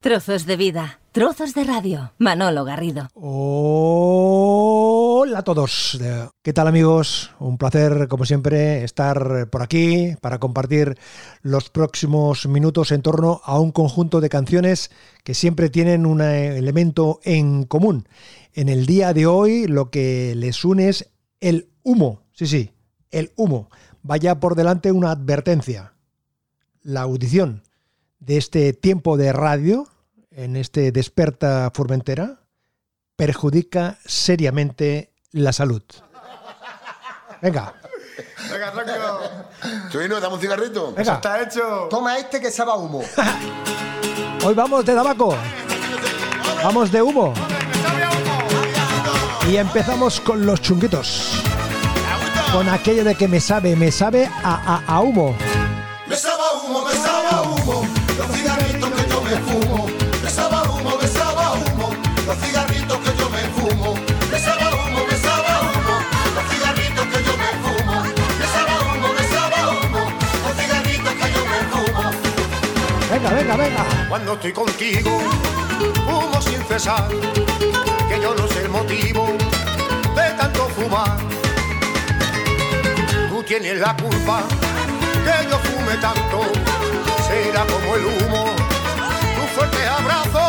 Trozos de vida, trozos de radio. Manolo Garrido. Hola a todos. ¿Qué tal, amigos? Un placer, como siempre, estar por aquí para compartir los próximos minutos en torno a un conjunto de canciones que siempre tienen un elemento en común. En el día de hoy lo que les une es el humo. Sí, el humo. Vaya por delante una advertencia. La audición de este tiempo de radio, en este Desperta Formentera, perjudica seriamente la salud. Venga. Venga, tranquilo. Chuvino, dame un cigarrito. Venga. Eso está hecho. Toma este que sabe a humo. Hoy vamos de tabaco. Vamos de humo. Y empezamos con los chunguitos. Con aquello de que me sabe a humo. Me sabe a humo, me sabe a humo. Los cigarritos que yo me fumo. Me sabe a humo, me sabe a humo. Los cigarritos que yo me fumo. Me sabe a humo, me sabe a humo. Los cigarritos que yo me fumo. Me sabe a humo, me sabe a humo. Los cigarritos que yo me fumo. Venga. Cuando estoy contigo, fumo sin cesar, que yo no sé el motivo de tanto fumar. Tú tienes la culpa que yo fume tanto, será como el humo, tu fuerte abrazo.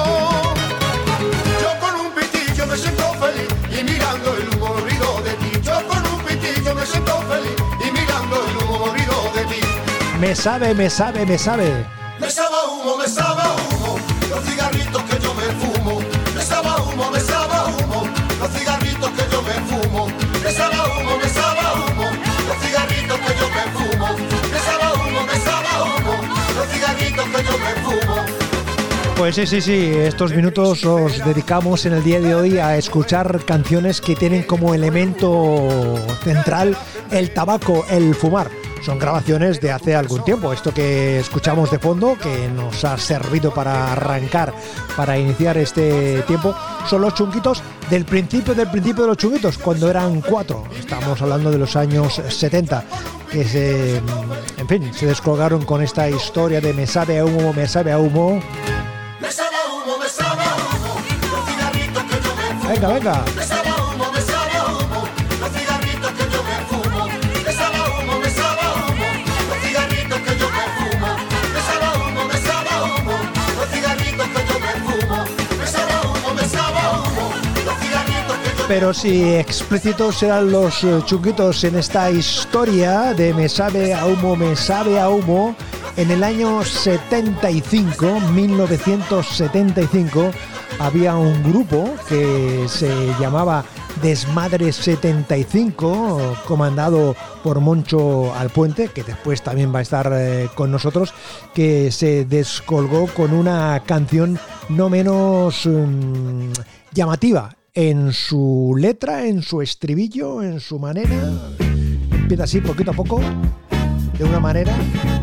Yo con un pitillo me siento feliz y mirando el humo olvido de ti. Yo con un pitillo me siento feliz y mirando el humo olvido de ti. Me sabe. Me sabe a humo, me sabe a humo. Los cigarritos que yo me fumo. Me sabe a humo, me sabe a humo. Los cigarritos que yo me fumo. Me sabe a humo, me sabe a humo. Los cigarritos que yo me fumo. Me sabe a humo, me sabe a humo. Los cigarritos que yo me fumo. Pues sí, estos minutos os dedicamos en el día de hoy a escuchar canciones que tienen como elemento central el tabaco, el fumar. Son grabaciones de hace algún tiempo. Esto que escuchamos de fondo, que nos ha servido para arrancar, para iniciar este tiempo, son los chunguitos del principio de los chunguitos, cuando eran 4. Estamos hablando de los años 70, que se descolgaron con esta historia de me sabe a humo, me sabe a humo. Me sabe a humo, me sabe a humo. Los cigarritos que yo me fumo. Venga. Me sabe a humo, me sabe a humo. Los cigarritos que yo me fumo. Me sabe a humo, me sabe a humo. Los cigarritos que yo me fumo. Me sabe a humo, me sabe a humo. Los cigarritos que yo me fumo. Me sabe a humo, me sabe a humo. Los cigarritos que yo. Pero si explícitos eran los chunguitos en esta historia de me sabe a humo, en el año 1975, había un grupo que se llamaba Desmadre 75, comandado por Moncho Alpuente, que después también va a estar con nosotros, que se descolgó con una canción no menos llamativa en su letra, en su estribillo, en su manera. Empieza así poquito a poco, de una manera.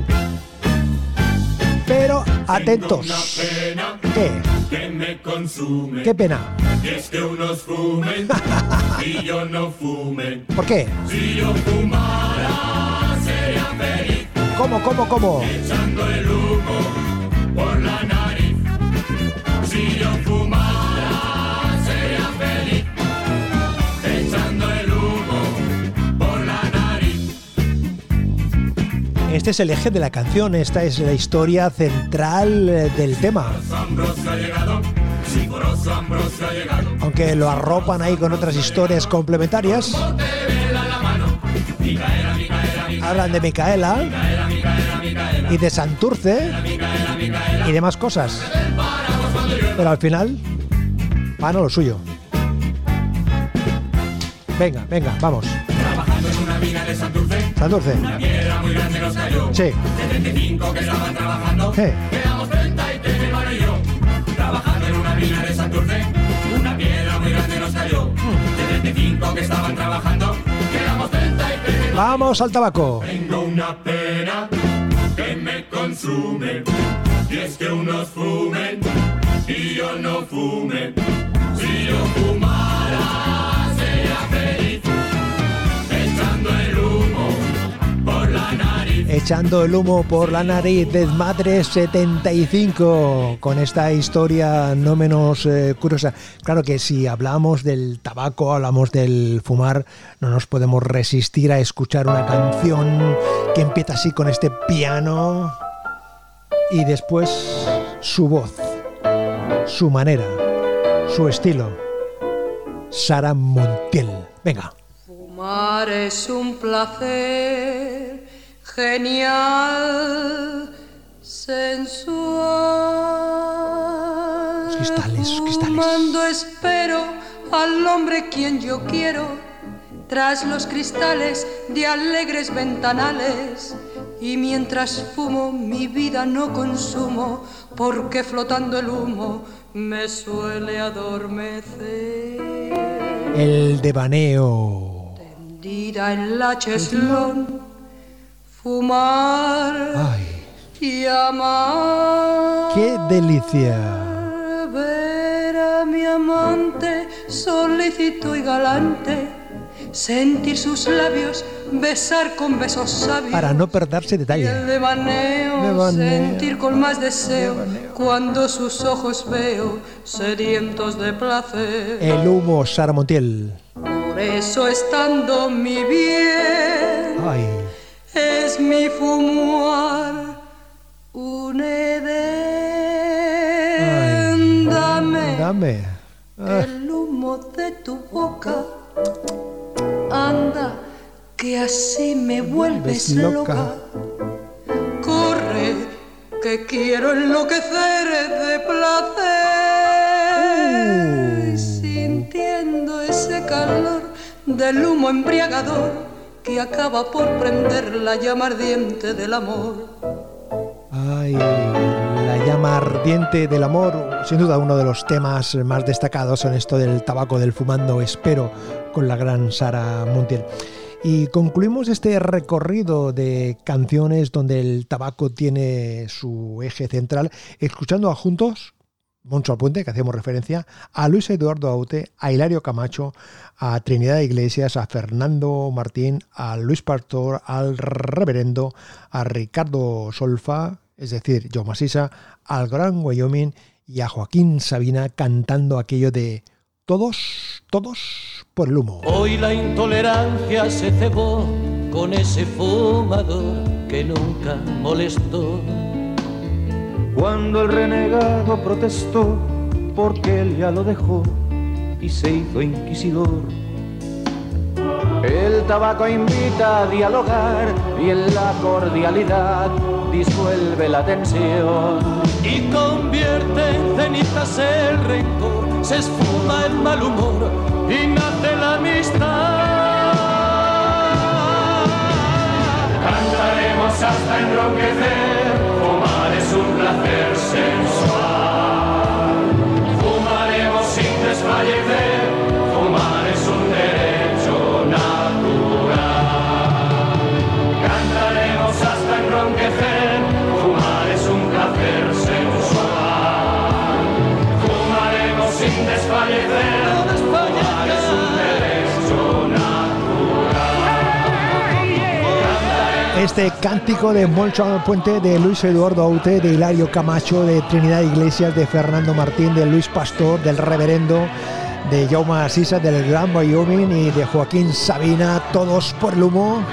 Pero atentos. ¿Qué? Que me consume. ¿Qué pena? Y es que unos fumen y yo no fume. ¿Por qué? Si yo fumara sería feliz. ¿Cómo? Echando el humo por la nariz. Si yo fumara sería feliz. Echando el humo por la nariz. Este es el eje de la canción, esta es la historia central del tema. Aunque lo arropan ahí con otras historias complementarias. Hablan de Micaela y de Santurce y demás cosas. Pero al final van a lo suyo. Venga, vamos. Trabajando en una mina de Santurce. Una piedra muy grande nos cayó. Sí. 75 que estaban trabajando. Quedamos 33 hermano y yo. Trabajando en una mina de Santurce. Una piedra muy grande nos cayó. 75 que estaban trabajando. Quedamos 33. Vamos al tabaco. Tengo una pena que me consume. Y es que unos fumen y yo no fume. Si yo fumara sería feliz. Echando el humo por la nariz. echando el humo por la nariz, Desmadre 75, con esta historia no menos curiosa. Claro que si hablamos del tabaco, hablamos del fumar, no nos podemos resistir a escuchar una canción que empieza así con este piano y después su voz, su manera, su estilo. Sara Montiel. Venga. Fumar es un placer genial, sensual. Los cristales. Fumando espero al hombre quien yo quiero, tras los cristales de alegres ventanales. Y mientras fumo mi vida no consumo, porque flotando el humo me suele adormecer. El devaneo. Tendida en la cheslón, fumar. Ay, y amar. ¡qué delicia! Ver a mi amante solícito y galante, sentir sus labios, besar con besos sabios. Para no perderse detalle. Y el devaneo, sentir con más deseo, cuando sus ojos veo, sedientos de placer. El humo, Sara Montiel. Por eso estando mi bien, Ay. es mi fumar un Edén. Dame. El humo de tu boca. Anda, que así me vuelves loca. Corre, que quiero enloquecer de placer. Sintiendo ese calor del humo embriagador que acaba por prender la llama ardiente del amor. Ay, la llama ardiente del amor, sin duda uno de los temas más destacados en esto del tabaco, del fumando, espero, con la gran Sara Montiel. Y concluimos este recorrido de canciones donde el tabaco tiene su eje central, escuchando juntos Moncho Alpuente, que hacemos referencia, a Luis Eduardo Aute, a Hilario Camacho, a Trinidad Iglesias, a Fernando Martín, a Luis Pastor, al Reverendo, a Ricardo Solfa, es decir, Jaume Sisa, al Gran Wyoming y a Joaquín Sabina cantando aquello de todos por el humo. Hoy la intolerancia se cebó con ese fumador que nunca molestó. Cuando el renegado protestó porque él ya lo dejó y se hizo inquisidor. El tabaco invita a dialogar y en la cordialidad disuelve la tensión Y convierte en cenizas el rencor, se esfuma el mal humor y nace la amistad. Cantaremos hasta enronquecer, fumar es un placer sensual. Fumaremos sin desfallecer, fumar es un derecho natural. Cantaremos hasta enronquecer, fumar es un placer sensual. Fumaremos sin desfallecer, fumar es un derecho natural. Este cántico de Moncho Alpuente, de Luis Eduardo Aute, de Hilario Camacho, de Trinidad Iglesias, de Fernando Martín, de Luis Pastor, del Reverendo, de Jaume Sisa, del Gran Wyoming y de Joaquín Sabina, todos por el humo.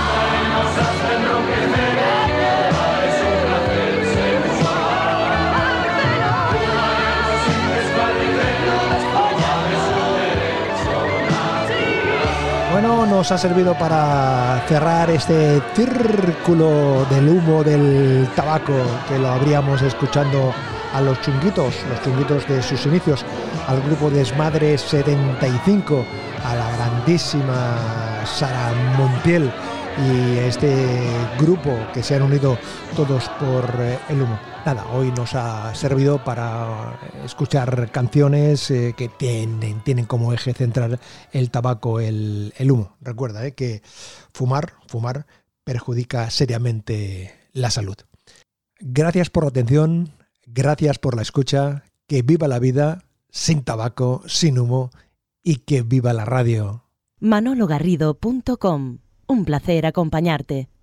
Bueno, nos ha servido para cerrar este círculo del humo del tabaco que lo habríamos escuchando a los chunguitos de sus inicios, al grupo Desmadre 75, a la grandísima Sara Montiel y este grupo que se han unido todos por el humo. Nada, hoy nos ha servido para escuchar canciones que tienen como eje central el tabaco, el humo. Recuerda que fumar perjudica seriamente la salud. Gracias por la atención, gracias por la escucha, que viva la vida sin tabaco, sin humo y que viva la radio. manologarrido.com. Un placer acompañarte.